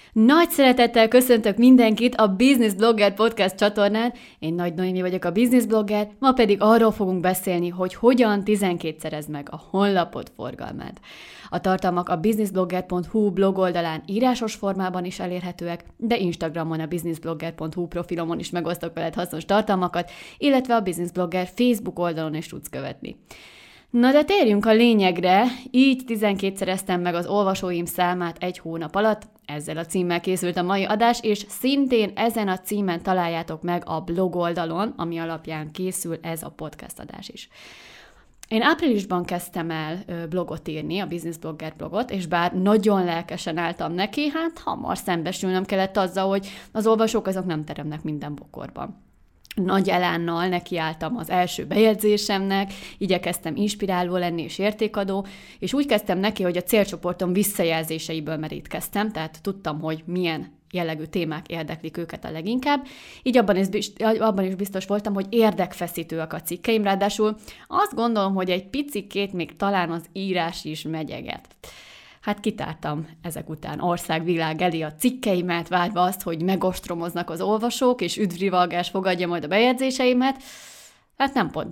Nagy szeretettel köszöntök mindenkit a Business Blogger Podcast csatornán. Én Nagy Noémi vagyok, a Business Blogger, ma pedig arról fogunk beszélni, hogy hogyan 12-szerezd meg a honlapod forgalmát. A tartalmak a businessblogger.hu blog oldalán írásos formában is elérhetőek, de Instagramon a businessblogger.hu profilomon is megosztok veled hasznos tartalmakat, illetve a Business Blogger Facebook oldalon is tudsz követni. Na de térjünk a lényegre, így 12-szereztem meg az olvasóim számát egy hónap alatt, ezzel a címmel készült a mai adás, és szintén ezen a címen találjátok meg a blog oldalon, ami alapján készül ez a podcast adás is. Én áprilisban kezdtem el blogot írni, a Business Blogger blogot, és bár nagyon lelkesen álltam neki, hát hamar szembesülnöm kellett azzal, hogy az olvasók azok nem teremnek minden bokorban. Nagy elánnal nekiálltam az első bejegyzésemnek, igyekeztem inspiráló lenni és értékadó, és úgy kezdtem neki, hogy a célcsoportom visszajelzéseiből merítkeztem, tehát tudtam, hogy milyen jellegű témák érdeklik őket a leginkább, így abban is biztos voltam, hogy érdekfeszítőek a cikkeim, ráadásul azt gondolom, hogy egy picikét még talán az írás is megyeget. Hát kitártam ezek után országvilág elé a cikkeimet, várva azt, hogy megostromoznak az olvasók, és üdvrivalgás fogadja majd a bejegyzéseimet. Hát nem pont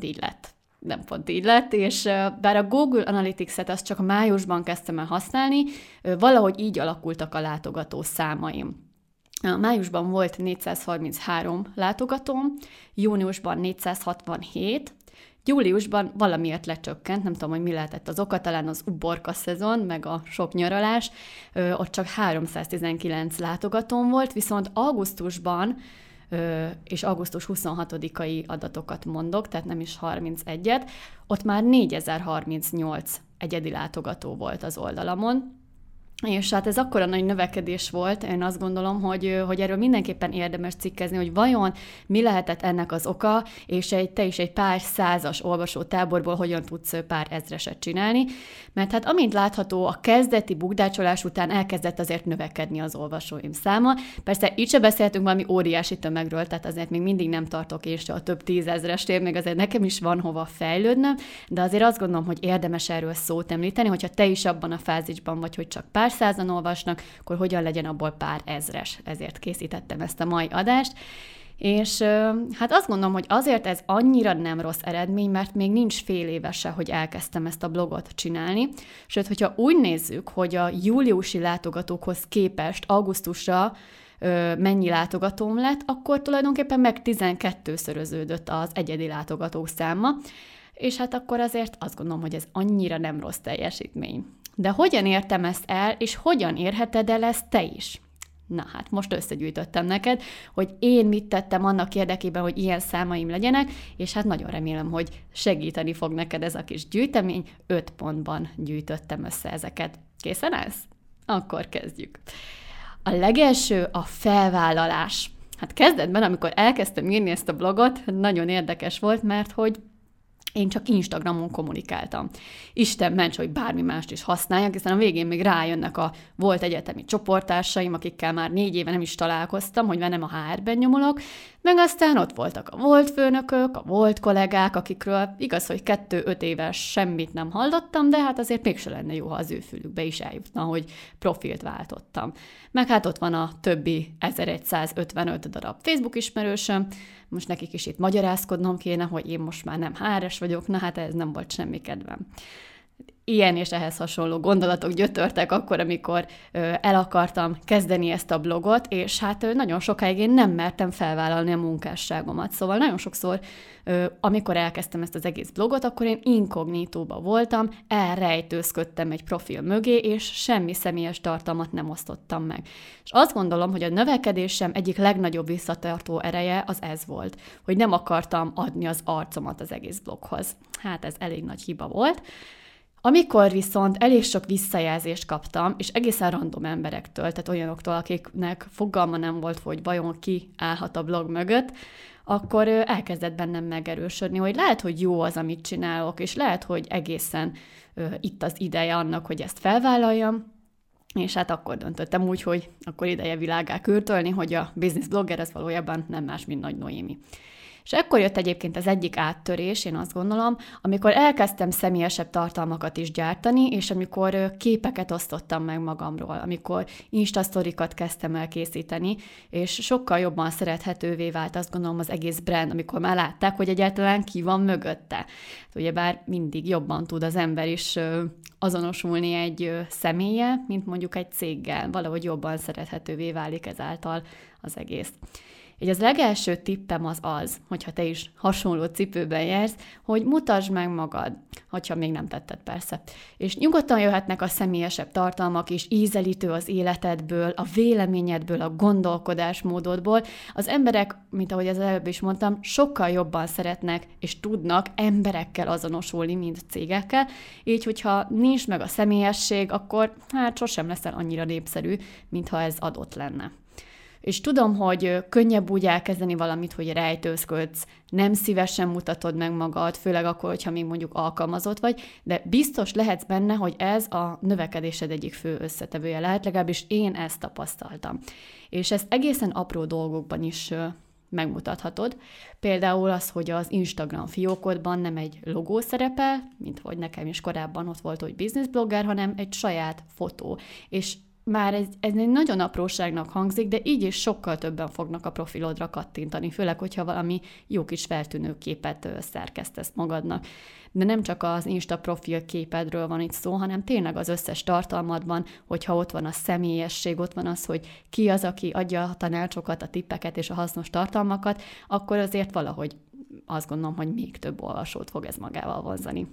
így lett, és bár a Google Analytics-et azt csak májusban kezdtem el használni, valahogy így alakultak a látogató számaim. Májusban volt 433 látogatóm, júniusban 467, júliusban valamiért lecsökkent, nem tudom, hogy mi lehetett az oka, talán az uborka szezon, meg a sok nyaralás, ott csak 319 látogatóm volt, viszont augusztusban, és augusztus 26-ai adatokat mondok, tehát nem is 31-et, ott már 4038 egyedi látogató volt az oldalamon, és hát ez akkora nagy növekedés volt, én azt gondolom, hogy erről mindenképpen érdemes cikkezni, hogy vajon mi lehetett ennek az oka, és te is egy pár százas olvasótáborból hogyan tudsz pár ezreset csinálni, mert hát amint látható, a kezdeti bukdácsolás után elkezdett azért növekedni az olvasóim száma. Persze itt se beszéltünk valami óriási tömegről, tehát azért még mindig nem tartok és a több tízezresnél, még azért nekem is van hova fejlődnöm, de azért azt gondolom, hogy érdemes erről szót említeni, hogyha te is abban a fázisban vagy, hogy csak pár százan olvasnak, akkor hogyan legyen abból pár ezres. Ezért készítettem ezt a mai adást. És hát azt gondolom, hogy azért ez annyira nem rossz eredmény, mert még nincs fél éve se, hogy elkezdtem ezt a blogot csinálni. Sőt, hogyha úgy nézzük, hogy a júliusi látogatókhoz képest augusztusra mennyi látogatóm lett, akkor tulajdonképpen meg 12-szöröződött az egyedi látogatók száma, és hát akkor azért azt gondolom, hogy ez annyira nem rossz teljesítmény. De hogyan értem ezt el, és hogyan érheted el ezt te is? Na hát, most összegyűjtöttem neked, hogy én mit tettem annak érdekében, hogy ilyen számaim legyenek, és hát nagyon remélem, hogy segíteni fog neked ez a kis gyűjtemény. 5 pontban gyűjtöttem össze ezeket. Készen állsz? Akkor kezdjük. A legelső a felvállalás. Hát kezdetben, amikor elkezdtem írni ezt a blogot, nagyon érdekes volt, mert hogy én csak Instagramon kommunikáltam. Isten ments, hogy bármi mást is használjak, hiszen a végén még rájönnek a volt egyetemi csoporttársaim, akikkel már 4 éve nem is találkoztam, hogy nem a HR-ben nyomulok, meg aztán ott voltak a volt főnökök, a volt kollégák, akikről igaz, hogy 2-5 éves semmit nem hallottam, de hát azért mégse lenne jó, ha az ő fülükbe is eljutna, hogy profilt váltottam. Meg hát ott van a többi 1155 darab Facebook ismerősöm, most nekik is itt magyarázkodnom kéne, hogy én most már nem HR-es vagyok, na hát ez nem volt semmi kedvem. Ilyen és ehhez hasonló gondolatok gyötörtek akkor, amikor el akartam kezdeni ezt a blogot, és hát nagyon sokáig én nem mertem felvállalni a munkásságomat. Szóval nagyon sokszor, amikor elkezdtem ezt az egész blogot, akkor én inkognitóba voltam, elrejtőzködtem egy profil mögé, és semmi személyes tartalmat nem osztottam meg. És azt gondolom, hogy a növekedésem egyik legnagyobb visszatartó ereje az ez volt, hogy nem akartam adni az arcomat az egész bloghoz. Hát ez elég nagy hiba volt. Amikor viszont elég sok visszajelzést kaptam, és egészen random emberektől, tehát olyanoktól, akiknek fogalma nem volt, hogy vajon ki állhat a blog mögött, akkor elkezdett bennem megerősödni, hogy lehet, hogy jó az, amit csinálok, és lehet, hogy egészen itt az ideje annak, hogy ezt felvállaljam, és hát akkor döntöttem úgy, hogy akkor ideje világgá kürtölni, hogy a business blogger az valójában nem más, mint Nagy Noémi. És ekkor jött egyébként az egyik áttörés, én azt gondolom, amikor elkezdtem személyesebb tartalmakat is gyártani, és amikor képeket osztottam meg magamról, amikor Insta-sztorikat kezdtem el készíteni, és sokkal jobban szerethetővé vált, azt gondolom, az egész brand, amikor már látták, hogy egyáltalán ki van mögötte. Ugyebár mindig jobban tud az ember is azonosulni egy személlyel, mint mondjuk egy céggel. Valahogy jobban szerethetővé válik ezáltal az egész. Így az legelső tippem az, hogyha te is hasonló cipőben jársz, hogy mutasd meg magad, hogyha még nem tetted persze. És nyugodtan jöhetnek a személyesebb tartalmak is, ízelítő az életedből, a véleményedből, a gondolkodásmódodból. Az emberek, mint ahogy az előbb is mondtam, sokkal jobban szeretnek és tudnak emberekkel azonosulni, mint cégekkel. Így, hogyha nincs meg a személyesség, akkor sosem leszel annyira népszerű, mintha ez adott lenne. És tudom, hogy könnyebb úgy elkezdeni valamit, hogy rejtőzködsz, nem szívesen mutatod meg magad, főleg akkor, hogyha még mondjuk alkalmazott vagy, de biztos lehetsz benne, hogy ez a növekedésed egyik fő összetevője lehet, legalábbis én ezt tapasztaltam. És ezt egészen apró dolgokban is megmutathatod. Például az, hogy az Instagram fiókodban nem egy logó szerepel, mint hogy nekem is korábban ott volt, hogy business blogger, hanem egy saját fotó. És már ez egy nagyon apróságnak hangzik, de így is sokkal többen fognak a profilodra kattintani, főleg, hogyha valami jó kis feltűnő képet szerkesztesz magadnak. De nem csak az Insta profil képedről van itt szó, hanem tényleg az összes tartalmadban, hogyha ott van a személyesség, ott van az, hogy ki az, aki adja a tanácsokat, a tippeket és a hasznos tartalmakat, akkor azért valahogy azt gondolom, hogy még több olvasót fog ez magával vonzani.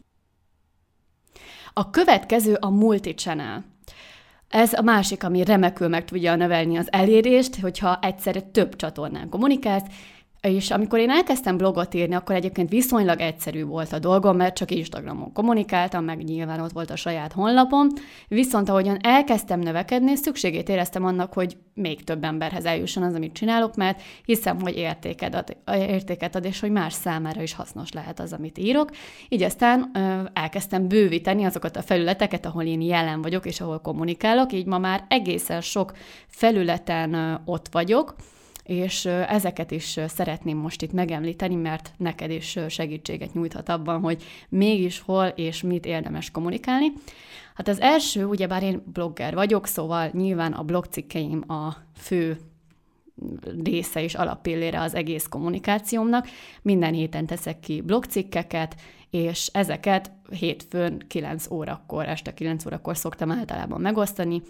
A következő a multi-channel. Ez a másik, ami remekül meg tudja növelni az elérést, hogyha egyszerre több csatornán kommunikálsz, és amikor én elkezdtem blogot írni, akkor egyébként viszonylag egyszerű volt a dolgom, mert csak Instagramon kommunikáltam, meg nyilván ott volt a saját honlapom, viszont ahogyan elkezdtem növekedni, szükségét éreztem annak, hogy még több emberhez eljusson az, amit csinálok, mert hiszem, hogy értéket ad, és hogy más számára is hasznos lehet az, amit írok. Így aztán elkezdtem bővíteni azokat a felületeket, ahol én jelen vagyok, és ahol kommunikálok, így ma már egészen sok felületen ott vagyok, és ezeket is szeretném most itt megemlíteni, mert neked is segítséget nyújthat abban, hogy mégis hol és mit érdemes kommunikálni. Hát az első, ugyebár én blogger vagyok, szóval nyilván a blogcikkeim a fő része és alappillére az egész kommunikációmnak. Minden héten teszek ki blogcikkeket, és ezeket hétfőn 9 órakor, este 9 órakor szoktam általában megosztani,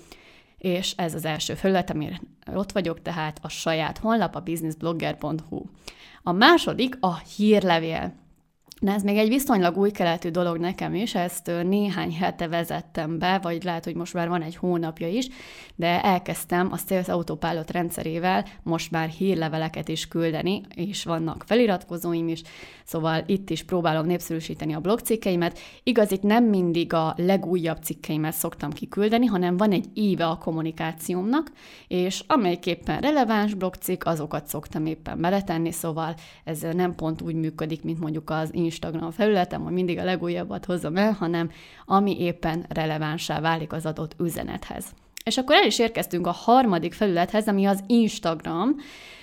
és ez az első felület, amire ott vagyok, tehát a saját honlap, a businessblogger.hu. A második a hírlevél. De ez még egy viszonylag új keletű dolog nekem is, ezt néhány hete vezettem be, vagy lehet, hogy most már van egy hónapja is, de elkezdtem a Sales Autopilot rendszerével most már hírleveleket is küldeni, és vannak feliratkozóim is, szóval itt is próbálom népszerűsíteni a blogcikkeimet. Igaz, itt nem mindig a legújabb cikkeimet szoktam kiküldeni, hanem van egy íve a kommunikációmnak, és amelyiképpen releváns blogcikk, azokat szoktam éppen beletenni, szóval ez nem pont úgy működik, mint mondjuk az Instagram felületem, hogy mindig a legújabbat hozom el, hanem ami éppen relevánsá válik az adott üzenethez. És akkor el is érkeztünk a harmadik felülethez, ami az Instagram,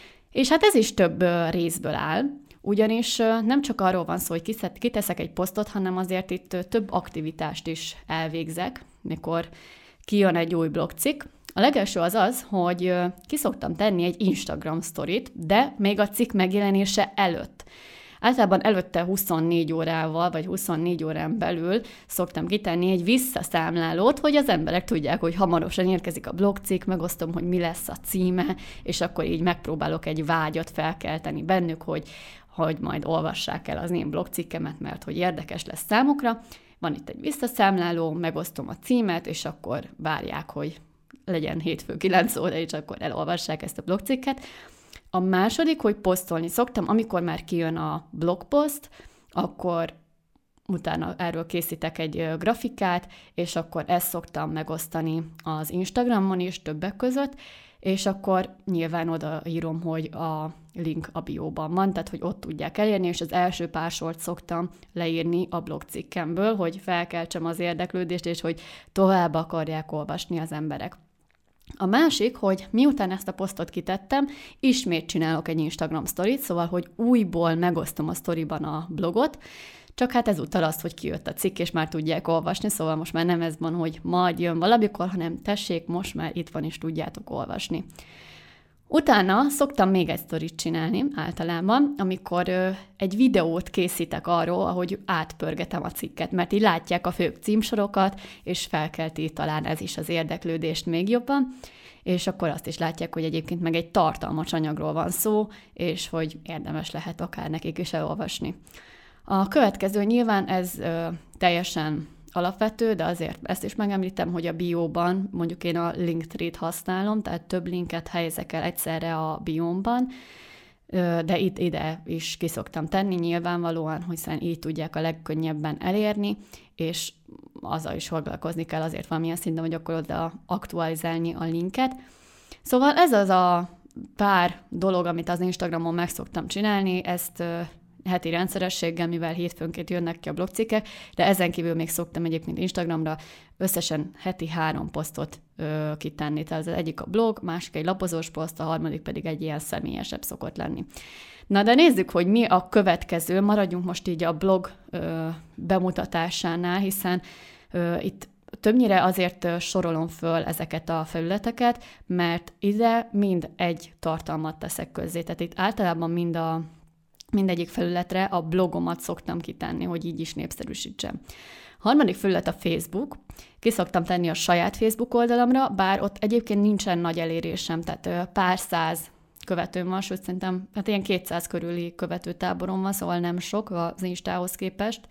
és hát ez is több részből áll, ugyanis nem csak arról van szó, hogy kiteszek egy posztot, hanem azért itt több aktivitást is elvégzek, mikor kijön egy új blogcikk. A legelső az, hogy ki szoktam tenni egy Instagram sztorit, de még a cikk megjelenése előtt. Általában előtte 24 órával, vagy 24 órán belül szoktam kitenni egy visszaszámlálót, hogy az emberek tudják, hogy hamarosan érkezik a blogcikk, megosztom, hogy mi lesz a címe, és akkor így megpróbálok egy vágyat felkelteni bennük, hogy majd olvassák el az én blogcikkemet, mert hogy érdekes lesz számukra. Van itt egy visszaszámláló, megosztom a címet, és akkor várják, hogy legyen hétfő 9 óra, és akkor elolvassák ezt a blogcikket. A második, hogy posztolni szoktam, amikor már kijön a blogpost, akkor utána erről készítek egy grafikát, és akkor ezt szoktam megosztani az Instagramon is többek között, és akkor nyilván odaírom, hogy a link a bióban van, tehát hogy ott tudják elérni, és az első pár sort szoktam leírni a blogcikkemből, hogy felkeltsem az érdeklődést, és hogy tovább akarják olvasni az emberek. A másik, hogy miután ezt a posztot kitettem, ismét csinálok egy Instagram sztorit, szóval, hogy újból megosztom a sztoriban a blogot, csak hát ezúttal azt, hogy kijött a cikk, és már tudják olvasni, szóval most már nem ez van, hogy majd jön valamikor, hanem tessék, most már itt van, és tudjátok olvasni. Utána szoktam még egy sztorit csinálni általában, amikor egy videót készítek arról, ahogy átpörgetem a cikket, mert így látják a főbb címsorokat, és felkelti talán ez is az érdeklődést még jobban, és akkor azt is látják, hogy egyébként meg egy tartalmas anyagról van szó, és hogy érdemes lehet akár nekik is elolvasni. A következő nyilván ez teljesen alapvető, de azért ezt is megemlítem, hogy a bióban, mondjuk én a Linktree-t használom, tehát több linket helyezek el egyszerre a biómban, de itt ide is ki szoktam tenni nyilvánvalóan, hiszen így tudják a legkönnyebben elérni, és azzal is foglalkozni kell azért valamilyen szinten, hogy akkor oda aktualizálni a linket. Szóval ez az a pár dolog, amit az Instagramon meg szoktam csinálni, ezt heti rendszerességgel, mivel hétfőnként jönnek ki a blogcikkek, de ezen kívül még szoktam egyébként Instagramra összesen heti 3 posztot kitenni. Tehát az egyik a blog, másik egy lapozós poszt, a harmadik pedig egy ilyen személyesebb szokott lenni. Na de nézzük, hogy mi a következő, maradjunk most így a blog bemutatásánál, hiszen itt többnyire azért sorolom föl ezeket a felületeket, mert ide mind egy tartalmat teszek közzé. Tehát itt általában mindegyik felületre a blogomat szoktam kitenni, hogy így is népszerűsítsem. A harmadik felület a Facebook. Ki szoktam tenni a saját Facebook oldalamra, bár ott egyébként nincsen nagy elérésem, tehát pár száz követőm van, sőt szerintem hát ilyen 200 körüli követőtáborom van, szóval nem sok az Instához képest.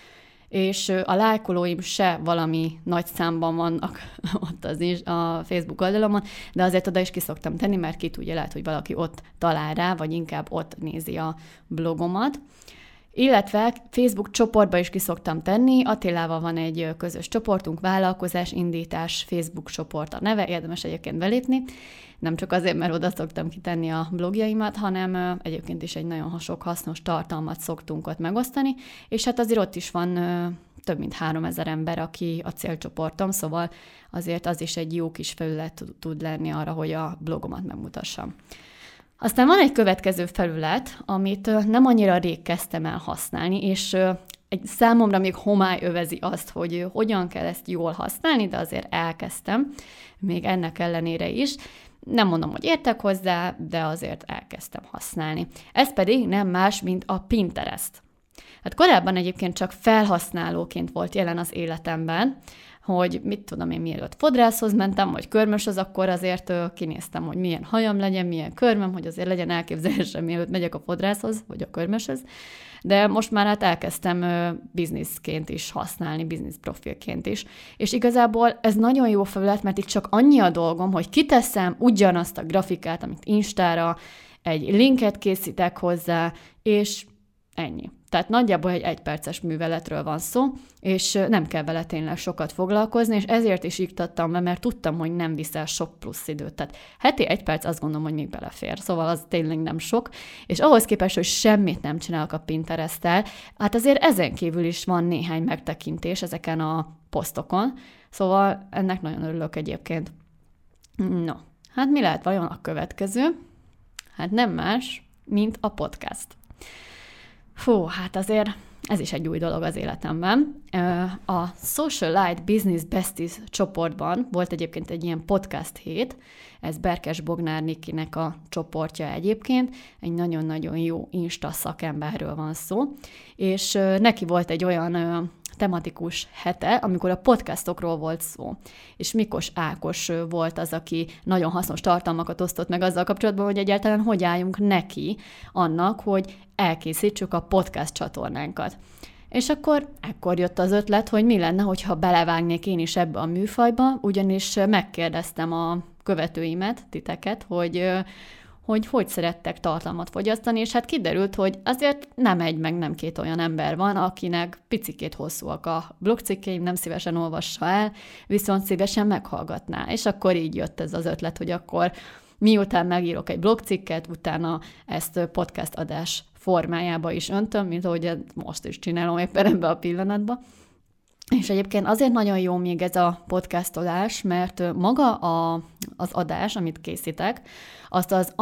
És a lájkolóim se valami nagy számban vannak ott a Facebook oldalamon, de azért oda is ki szoktam tenni, mert ki tudja, lehet, hogy valaki ott talál rá, vagy inkább ott nézi a blogomat. Illetve Facebook csoportba is ki szoktam tenni, Attilával van egy közös csoportunk, vállalkozás, indítás, Facebook csoport a neve, érdemes egyébként belépni, nem csak azért, mert oda szoktam kitenni a blogjaimat, hanem egyébként is egy nagyon sok hasznos tartalmat szoktunk ott megosztani, és hát azért ott is van több mint 3000 ember, aki a célcsoportom, szóval azért az is egy jó kis felület tud lenni arra, hogy a blogomat megmutassam. Aztán van egy következő felület, amit nem annyira rég kezdtem el használni, és egy számomra még homály övezi azt, hogy hogyan kell ezt jól használni, de azért elkezdtem, még ennek ellenére is. Nem mondom, hogy értek hozzá, de azért elkezdtem használni. Ez pedig nem más, mint a Pinterest. Hát korábban egyébként csak felhasználóként volt jelen az életemben, hogy mit tudom én, mielőtt fodrászhoz mentem, vagy körmöshöz, akkor azért kinéztem, hogy milyen hajam legyen, milyen körmöm, hogy azért legyen elképzelésem, mielőtt megyek a fodrászhoz, vagy a körmöshöz. De most már hát elkezdtem bizniszként is használni, biznisz profilként is. És igazából ez nagyon jó felület, mert itt csak annyi a dolgom, hogy kiteszem ugyanazt a grafikát, amit Instára, egy linket készítek hozzá, és ennyi. Tehát nagyjából egy 1 perces műveletről van szó, és nem kell vele tényleg sokat foglalkozni, és ezért is iktattam be, mert tudtam, hogy nem viszel sok plusz időt. Tehát heti 1 perc azt gondolom, hogy még belefér, szóval az tényleg nem sok, és ahhoz képest, hogy semmit nem csinálok a Pinterest-tel, hát azért ezen kívül is van néhány megtekintés ezeken a posztokon, szóval ennek nagyon örülök egyébként. No, hát mi lehet vajon a következő? Hát nem más, mint a podcast. Fú, hát azért ez is egy új dolog az életemben. A Socialite Business Besties csoportban volt egyébként egy ilyen podcast hét, ez Berkes Bognár Nikinek a csoportja egyébként, egy nagyon-nagyon jó Insta szakemberről van szó, és neki volt egy olyan tematikus hete, amikor a podcastokról volt szó. És Mikos Ákos volt az, aki nagyon hasznos tartalmakat osztott meg azzal kapcsolatban, hogy egyáltalán hogy álljunk neki annak, hogy elkészítsük a podcast csatornánkat. És ekkor jött az ötlet, hogy mi lenne, hogyha belevágnék én is ebbe a műfajba, ugyanis megkérdeztem a követőimet, titeket, hogy szerettek tartalmat fogyasztani, és hát kiderült, hogy azért nem egy, meg nem 2 olyan ember van, akinek picikét hosszúak a blogcikkeim, nem szívesen olvassa el, viszont szívesen meghallgatná. És akkor így jött ez az ötlet, hogy akkor miután megírok egy blogcikket, utána ezt podcast adás formájába is öntöm, mint ahogy most is csinálom éppen ebben a pillanatban. És egyébként azért nagyon jó még ez a podcastolás, mert maga az adás, amit készítek, azt az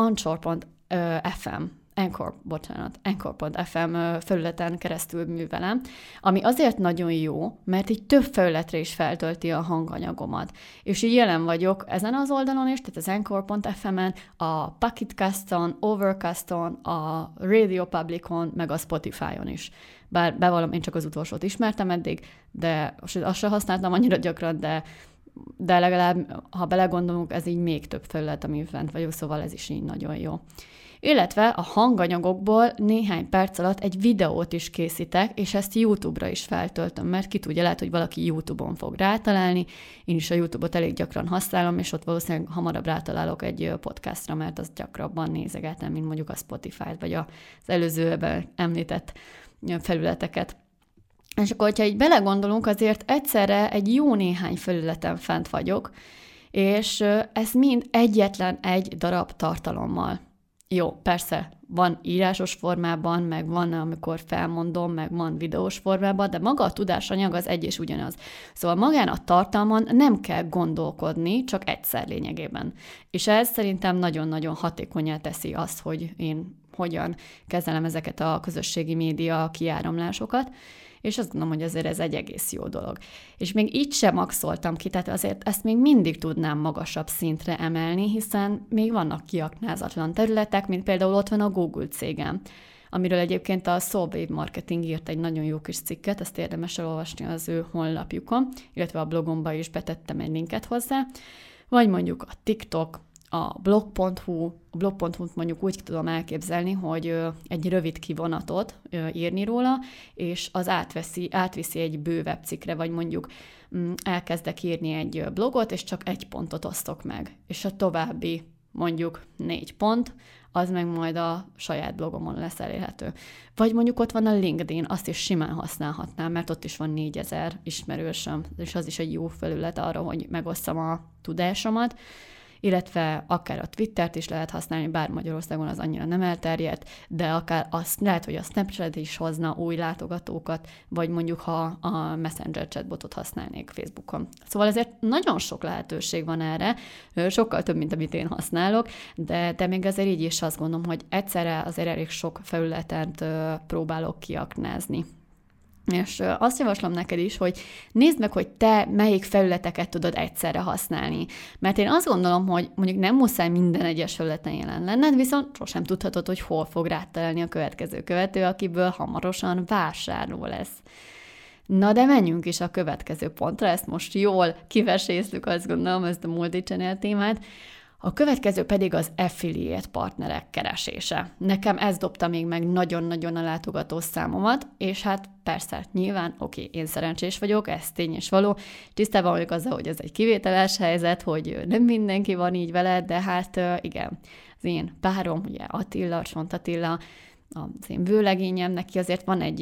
Anchor.fm felületen keresztül művelem, ami azért nagyon jó, mert így több felületre is feltölti a hanganyagomat. És így jelen vagyok ezen az oldalon is, tehát az Anchor.fm-en, a Pocketcast-on, Overcast-on, a Radio Public-on, meg a Spotify-on is. Bár bevallom, én csak az utolsót ismertem eddig, de azt sem használtam annyira gyakran, de legalább, ha belegondolunk, ez így még több felület, ami fent vagyok, szóval ez is így nagyon jó. Illetve a hanganyagokból néhány perc alatt egy videót is készítek, és ezt YouTube-ra is feltöltöm, mert ki tudja, lehet, hogy valaki YouTube-on fog rátalálni. Én is a YouTube-ot elég gyakran használom, és ott valószínűleg hamarabb rátalálok egy podcastra, mert azt gyakrabban nézegetem, mint mondjuk a Spotify-t, vagy az előzőben említett felületeket. És akkor, hogyha így belegondolunk, azért egyszerre egy jó néhány felületen fent vagyok, és ez mind egyetlen egy darab tartalommal. Jó, persze, van írásos formában, meg van, amikor felmondom, meg van videós formában, de maga a tudásanyag az egy és ugyanaz. Szóval magán a tartalman nem kell gondolkodni, csak egyszer lényegében. És ez szerintem nagyon-nagyon hatékonnyá teszi azt, hogy én hogyan kezelem ezeket a közösségi média kiáramlásokat, és azt gondolom, hogy azért ez egy egész jó dolog. És még így sem maxoltam ki, tehát azért ezt még mindig tudnám magasabb szintre emelni, hiszen még vannak kiaknázatlan területek, mint például ott van a Google cégem, amiről egyébként a Soulwave Marketing írt egy nagyon jó kis cikket, ezt érdemes elolvasni az ő honlapjukon, illetve a blogomba is betettem egy linket hozzá, vagy mondjuk a TikTok, a blog.hu-t mondjuk úgy tudom elképzelni, hogy egy rövid kivonatot írni róla, és az átviszi egy bővebb cikkre, vagy mondjuk elkezdek írni egy blogot, és csak egy pontot osztok meg. És a további mondjuk 4 pont, az meg majd a saját blogomon lesz elérhető. Vagy mondjuk ott van a LinkedIn, azt is simán használhatnám, mert ott is van 4000 ismerősöm, és az is egy jó felület arra, hogy megosszam a tudásomat, illetve akár a Twittert is lehet használni, bár Magyarországon az annyira nem elterjedt, de akár azt lehet, hogy a Snapchat is hozna új látogatókat, vagy mondjuk ha a Messenger chatbotot használnék Facebookon. Szóval ezért nagyon sok lehetőség van erre, sokkal több, mint amit én használok, de még azért így is azt gondolom, hogy egyszerre azért elég sok felületet próbálok kiaknázni. És azt javaslom neked is, hogy nézd meg, hogy te melyik felületeket tudod egyszerre használni. Mert én azt gondolom, hogy mondjuk nem muszáj minden egyes felületen jelen lenned, viszont sosem tudhatod, hogy hol fog rátalálni a következő követő, akiből hamarosan vásárló lesz. Na de menjünk is a következő pontra, ezt most jól kiveséztük, azt gondolom, ezt a multi-channel témát. A következő pedig az affiliate partnerek keresése. Nekem ez dobta még meg nagyon-nagyon a látogató számomat, és hát persze, nyilván, én szerencsés vagyok, ez tény és való. Tisztában vagyok azzal, hogy ez egy kivételes helyzet, hogy nem mindenki van így vele, de hát igen, az én párom, ugye Attila, Csont Attila, az én vőlegényem, neki azért van egy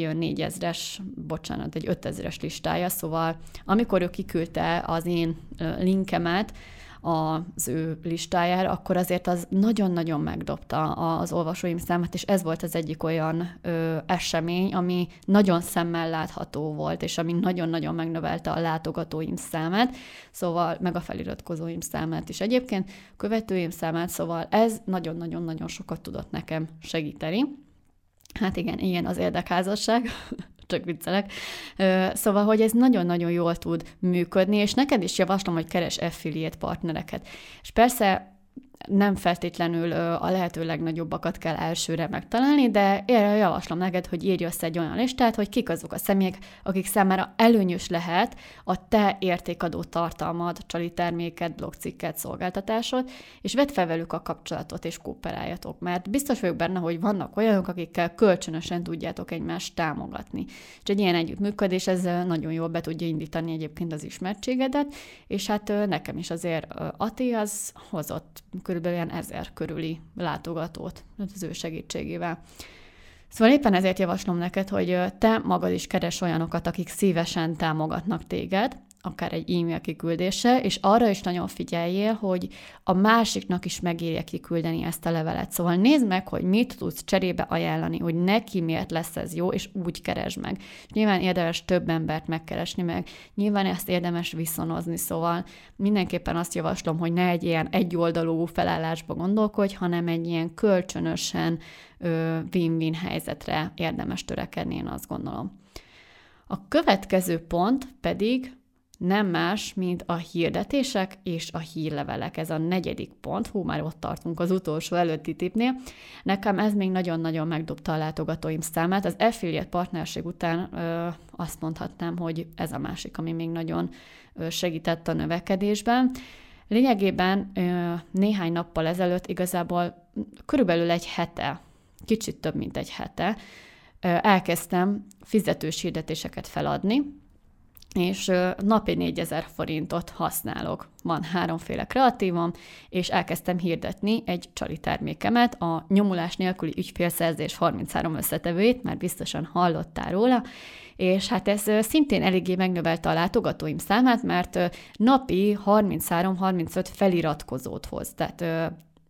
egy 5000-es listája, szóval amikor ő kiküldte az én linkemet az ő listájára, akkor azért az nagyon-nagyon megdobta az olvasóim számát, és ez volt az egyik olyan esemény, ami nagyon szemmel látható volt, és ami nagyon-nagyon megnövelte a látogatóim számát, szóval meg a feliratkozóim számát is. Egyébként követőim számát, szóval ez nagyon-nagyon-nagyon sokat tudott nekem segíteni. Hát igen, ilyen az érdekházasság, csak viccelek. Szóval, hogy ez nagyon-nagyon jól tud működni, és neked is javaslom, hogy keres affiliate partnereket. És persze nem feltétlenül a lehető legnagyobbakat kell elsőre megtalálni, de javaslom neked, hogy írj össze egy olyan listát, hogy kik azok a személyek, akik számára előnyös lehet a te értékadó tartalmad, csali terméked, blogcikket, szolgáltatásod, és vedd fel velük a kapcsolatot, és kooperáljatok, mert biztos vagyok benne, hogy vannak olyanok, akikkel kölcsönösen tudjátok egymást támogatni. És egy ilyen együttműködés, ez nagyon jól be tudja indítani egyébként az ismertségedet, és hát nekem is azért Ati az hozott körülbelül ilyen 1000 körüli látogatót az ő segítségével. Szóval éppen ezért javaslom neked, hogy te magad is keres olyanokat, akik szívesen támogatnak téged, akár egy e-mail kiküldése, és arra is nagyon figyeljél, hogy a másiknak is megérje kiküldeni ezt a levelet. Szóval nézd meg, hogy mit tudsz cserébe ajánlani, hogy neki miért lesz ez jó, és úgy keresd meg. És nyilván érdemes több embert megkeresni meg, nyilván ezt érdemes viszonozni, szóval mindenképpen azt javaslom, hogy ne egy ilyen egyoldalú felállásba gondolkodj, hanem egy ilyen kölcsönösen win-win helyzetre érdemes törekedni, én azt gondolom. A következő pont pedig nem más, mint a hirdetések és a hírlevelek. Ez a 4. pont, már ott tartunk az utolsó előtti tippnél. Nekem ez még nagyon-nagyon megdobta a látogatóim számát. Az affiliate partnerség után azt mondhatnám, hogy ez a másik, ami még nagyon segített a növekedésben. Lényegében néhány nappal ezelőtt, igazából körülbelül egy hete, kicsit több, mint egy hete, elkezdtem fizetős hirdetéseket feladni, és napi 4000 forintot használok. Van 3 kreatívom, és elkezdtem hirdetni egy csali termékemet, a nyomulás nélküli ügyfélszerzés 33 összetevőjét, már biztosan hallottál róla, és hát ez szintén eléggé megnövelte a látogatóim számát, mert napi 33-35 feliratkozót hoz, tehát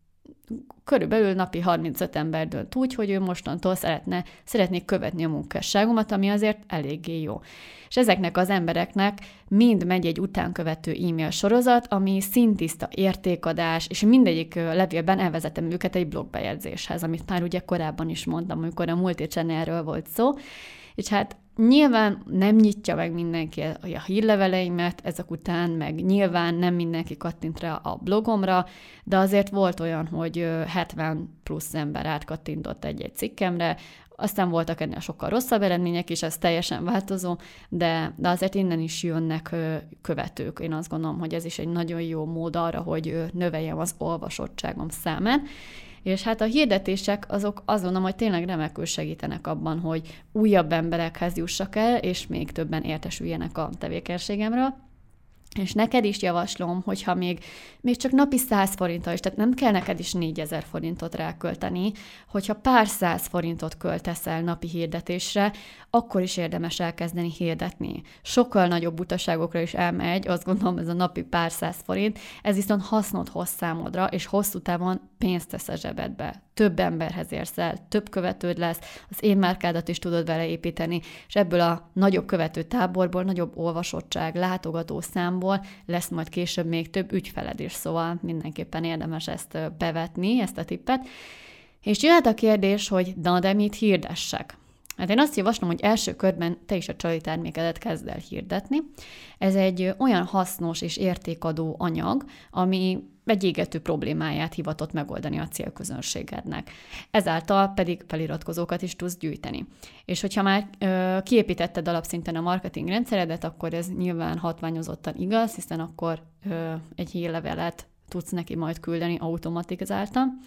körülbelül napi 35 ember dönt úgy, hogy ő mostantól szeretnék követni a munkásságomat, ami azért eléggé jó. És ezeknek az embereknek mind megy egy utánkövető e-mail sorozat, ami szintiszta értékadás, és mindegyik levélben elvezetem őket egy blogbejegyzéshez, amit már ugye korábban is mondtam, amikor a multichannelről volt szó, és hát nyilván nem nyitja meg mindenki a hírleveleimet ezek után, meg nyilván nem mindenki kattint rá a blogomra, de azért volt olyan, hogy 70 plusz ember átkattintott egy-egy cikkemre, aztán voltak ennél sokkal rosszabb eredmények is, ez teljesen változó, de azért innen is jönnek követők. Én azt gondolom, hogy ez is egy nagyon jó mód arra, hogy növeljem az olvasottságom számát. És hát a hirdetések azok azt gondolom, hogy tényleg remekül segítenek abban, hogy újabb emberekhez jussak el, és még többen értesüljenek a tevékenységemről. És neked is javaslom, hogyha még csak napi 100 forinttal is, tehát nem kell neked is 4000 forintot rákölteni, hogyha pár 100 forintot költesz el napi hirdetésre, akkor is érdemes elkezdeni hirdetni. Sokkal nagyobb butaságokra is elmegy, azt gondolom, ez a napi pár 100 forint, ez viszont hasznot hoz számodra, és hosszú távon pénzt tesz a zsebedbe. Több emberhez érsz el, több követőd lesz, az én márkádat is tudod vele építeni, és ebből a nagyobb követő táborból, nagyobb olvasottság, látogató számból lesz majd később még több ügyfeled is, szóval mindenképpen érdemes ezt bevetni, ezt a tippet. És jöhet a kérdés, hogy de mit hirdessek? Hát én azt javaslom, hogy első körben te is a csali termékedet kezd el hirdetni. Ez egy olyan hasznos és értékadó anyag, ami egy égető problémáját hivatott megoldani a célközönségednek. Ezáltal pedig feliratkozókat is tudsz gyűjteni. És hogyha már kiépítetted alapszinten a marketing rendszeredet, akkor ez nyilván hatványozottan igaz, hiszen akkor egy hírlevelet tudsz neki majd küldeni automatizáltan.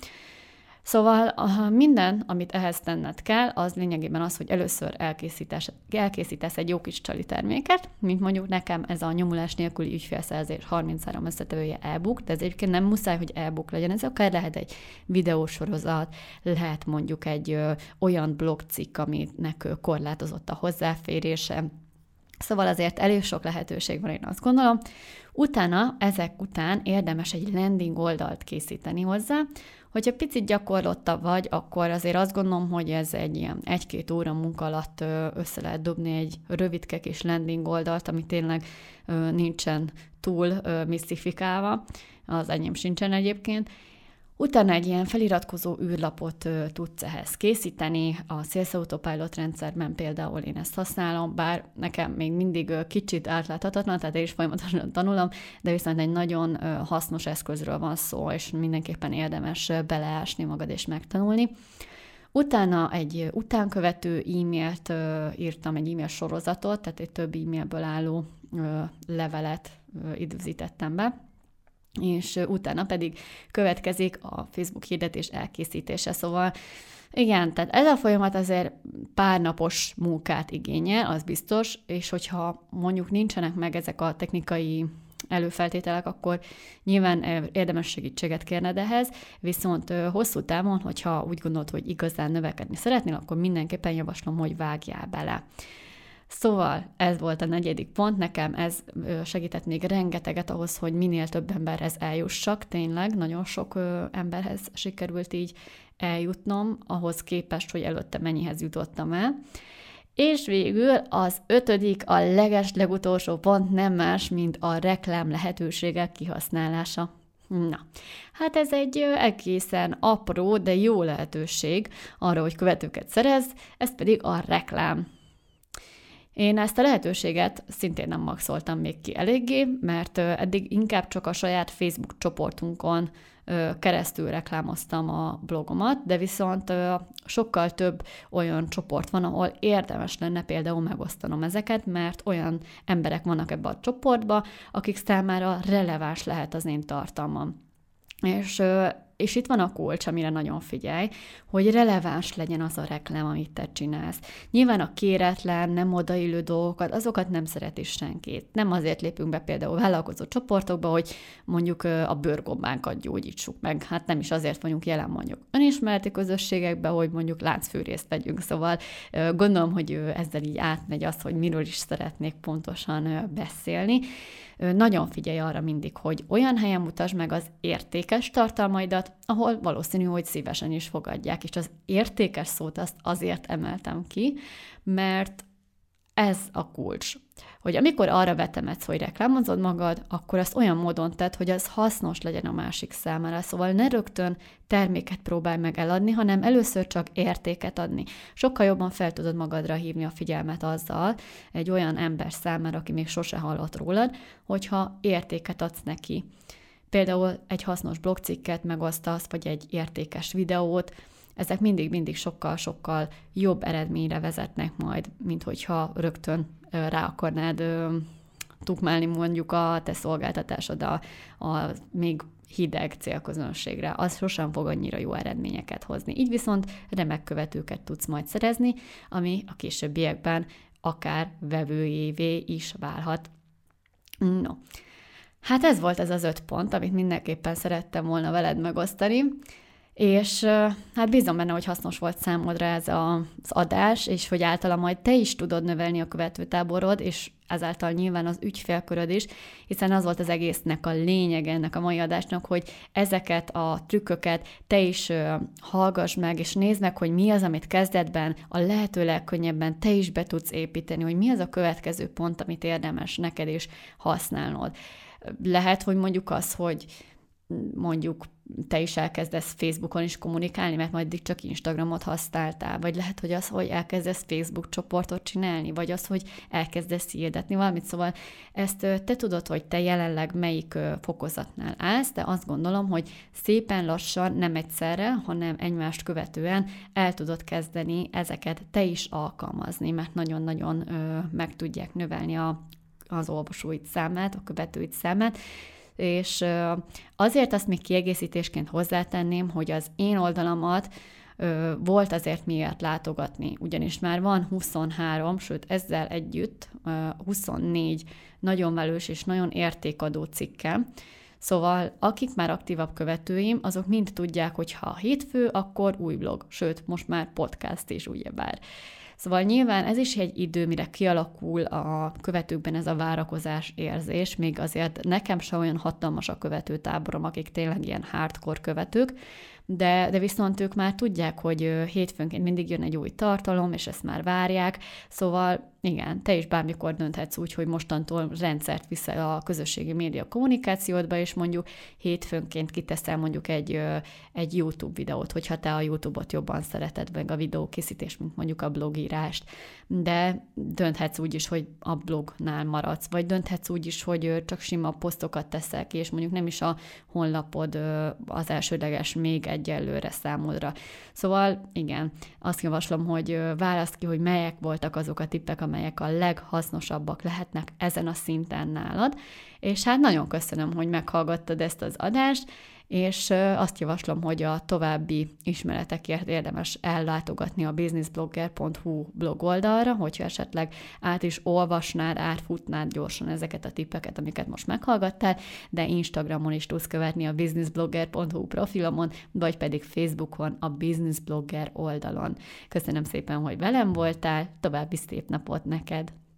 Szóval minden, amit ehhez tenned kell, az lényegében az, hogy először elkészítesz egy jó kis csali terméket, mint mondjuk nekem ez a nyomulás nélküli ügyfélszerzés 33 összetevője e-book, de ez egyébként nem muszáj, hogy e-book legyen, ez akár lehet egy videósorozat, lehet mondjuk egy olyan blogcikk, aminek korlátozott a hozzáférése. Szóval azért elég sok lehetőség van, én azt gondolom. Utána, ezek után érdemes egy landing oldalt készíteni hozzá. Hogyha picit gyakorlottabb vagy, akkor azért azt gondolom, hogy ez egy ilyen 1-2 óra munka alatt össze lehet dobni egy rövidke kis landing oldalt, ami tényleg nincsen túl misztifikálva, az enyém sincsen egyébként. Utána egy ilyen feliratkozó űrlapot tudsz ehhez készíteni, a Sales Autopilot rendszerben például én ezt használom, bár nekem még mindig kicsit átláthatatlan, tehát én is folyamatosan tanulom, de viszont egy nagyon hasznos eszközről van szó, és mindenképpen érdemes beleásni magad és megtanulni. Utána egy utánkövető e-mailt írtam, egy e-mail sorozatot, tehát egy több e-mailből álló levelet időzítettem be, és utána pedig következik a Facebook hirdetés elkészítése. Szóval igen, tehát ez a folyamat azért pár napos munkát igényel, az biztos, és hogyha mondjuk nincsenek meg ezek a technikai előfeltételek, akkor nyilván érdemes segítséget kérned ehhez, viszont hosszú távon, hogyha úgy gondolod, hogy igazán növekedni szeretnél, akkor mindenképpen javaslom, hogy vágjál bele. Szóval ez volt a 4. pont, nekem ez segített még rengeteget ahhoz, hogy minél több emberhez eljussak, tényleg nagyon sok emberhez sikerült így eljutnom, ahhoz képest, hogy előtte mennyihez jutottam el. És végül az 5., a legutolsó pont nem más, mint a reklám lehetőségek kihasználása. Na, hát ez egy egészen apró, de jó lehetőség arra, hogy követőket szerez, ez pedig a reklám. Én ezt a lehetőséget szintén nem maxoltam még ki eléggé, mert eddig inkább csak a saját Facebook csoportunkon keresztül reklámoztam a blogomat, de viszont sokkal több olyan csoport van, ahol érdemes lenne például megosztanom ezeket, mert olyan emberek vannak ebbe a csoportba, akik számára releváns lehet az én tartalmam. És itt van a kulcs, amire nagyon figyelj, hogy releváns legyen az a reklám, amit te csinálsz. Nyilván a kéretlen, nem odaillő dolgokat, azokat nem szereti senkit. Nem azért lépünk be például vállalkozó csoportokba, hogy mondjuk a bőrgombánkat gyógyítsuk meg. Hát nem is azért vagyunk jelen mondjuk önismereti közösségekbe, hogy mondjuk láncfűrészt vegyünk. Szóval gondolom, hogy ezzel így átmegy az, hogy miről is szeretnék pontosan beszélni. Nagyon figyelj arra mindig, hogy olyan helyen mutasd meg az értékes tartalmaidat, ahol valószínű, hogy szívesen is fogadják. És az értékes szót azt azért emeltem ki, mert ez a kulcs. Hogy amikor arra vetemedsz, hogy reklámozod magad, akkor azt olyan módon tedd, hogy az hasznos legyen a másik számára. Szóval ne rögtön terméket próbálj meg eladni, hanem először csak értéket adni. Sokkal jobban fel tudod magadra hívni a figyelmet azzal egy olyan ember számára, aki még sose hallott rólad, hogyha értéket adsz neki. Például egy hasznos blogcikket megosztasz, vagy egy értékes videót, ezek mindig sokkal jobb eredményre vezetnek majd, mint hogyha rögtön rá akarnád tukmálni mondjuk a te szolgáltatásod a még hideg célközönségre. Az sosem fog annyira jó eredményeket hozni. Így viszont remek követőket tudsz majd szerezni, ami a későbbiekben akár vevőjévé is válhat. No. Hát ez volt ez az 5 pont, amit mindenképpen szerettem volna veled megosztani, és hát bízom benne, hogy hasznos volt számodra ez az adás, és hogy általában majd te is tudod növelni a követőtáborod, és ezáltal nyilván az ügyfélköröd is, hiszen az volt az egésznek a lényege ennek a mai adásnak, hogy ezeket a trükköket te is hallgass meg, és nézd meg, hogy mi az, amit kezdetben a lehető legkönnyebben te is be tudsz építeni, hogy mi az a következő pont, amit érdemes neked is használnod. Lehet, hogy mondjuk az, hogy mondjuk te is elkezdesz Facebookon is kommunikálni, mert majd eddig csak Instagramot használtál, vagy lehet, hogy az, hogy elkezdesz Facebook csoportot csinálni, vagy az, hogy elkezdesz hirdetni valamit, szóval ezt te tudod, hogy te jelenleg melyik fokozatnál állsz, de azt gondolom, hogy szépen lassan, nem egyszerre, hanem egymást követően el tudod kezdeni ezeket te is alkalmazni, mert nagyon-nagyon meg tudják növelni az olvasóid számát, a követőid számát, és azért azt még kiegészítésként hozzátenném, hogy az én oldalamat volt azért miért látogatni, ugyanis már van 23, sőt ezzel együtt 24 nagyon velős és nagyon értékadó cikkem, szóval akik már aktívabb követőim, azok mind tudják, hogy ha hétfő, akkor új blog, sőt most már podcast is ugyebár. Szóval nyilván ez is egy idő, mire kialakul a követőkben ez a várakozás érzés, még azért nekem se olyan hatalmas a követőtáborom, akik tényleg ilyen hardcore követők, de viszont ők már tudják, hogy hétfőnként mindig jön egy új tartalom, és ezt már várják, szóval igen, te is bármikor dönthetsz úgy, hogy mostantól rendszert viszel a közösségi média kommunikációdba, és mondjuk hétfőnként kiteszel mondjuk egy YouTube videót, hogyha te a YouTube-ot jobban szereted, meg a videókészítést, mint mondjuk a blogírást. De dönthetsz úgy is, hogy a blognál maradsz, vagy dönthetsz úgy is, hogy csak sima posztokat teszel ki, és mondjuk nem is a honlapod az elsődleges még egyelőre számodra. Szóval igen, azt javaslom, hogy válaszd ki, hogy melyek voltak azok a tippek, amelyek a leghasznosabbak lehetnek ezen a szinten nálad, és hát nagyon köszönöm, hogy meghallgattad ezt az adást, és azt javaslom, hogy a további ismeretekért érdemes ellátogatni a businessblogger.hu blog oldalra, hogyha esetleg át is olvasnád, átfutnád gyorsan ezeket a tippeket, amiket most meghallgattál, de Instagramon is tudsz követni a businessblogger.hu profilomon, vagy pedig Facebookon a Business Blogger oldalon. Köszönöm szépen, hogy velem voltál, további szép napot neked!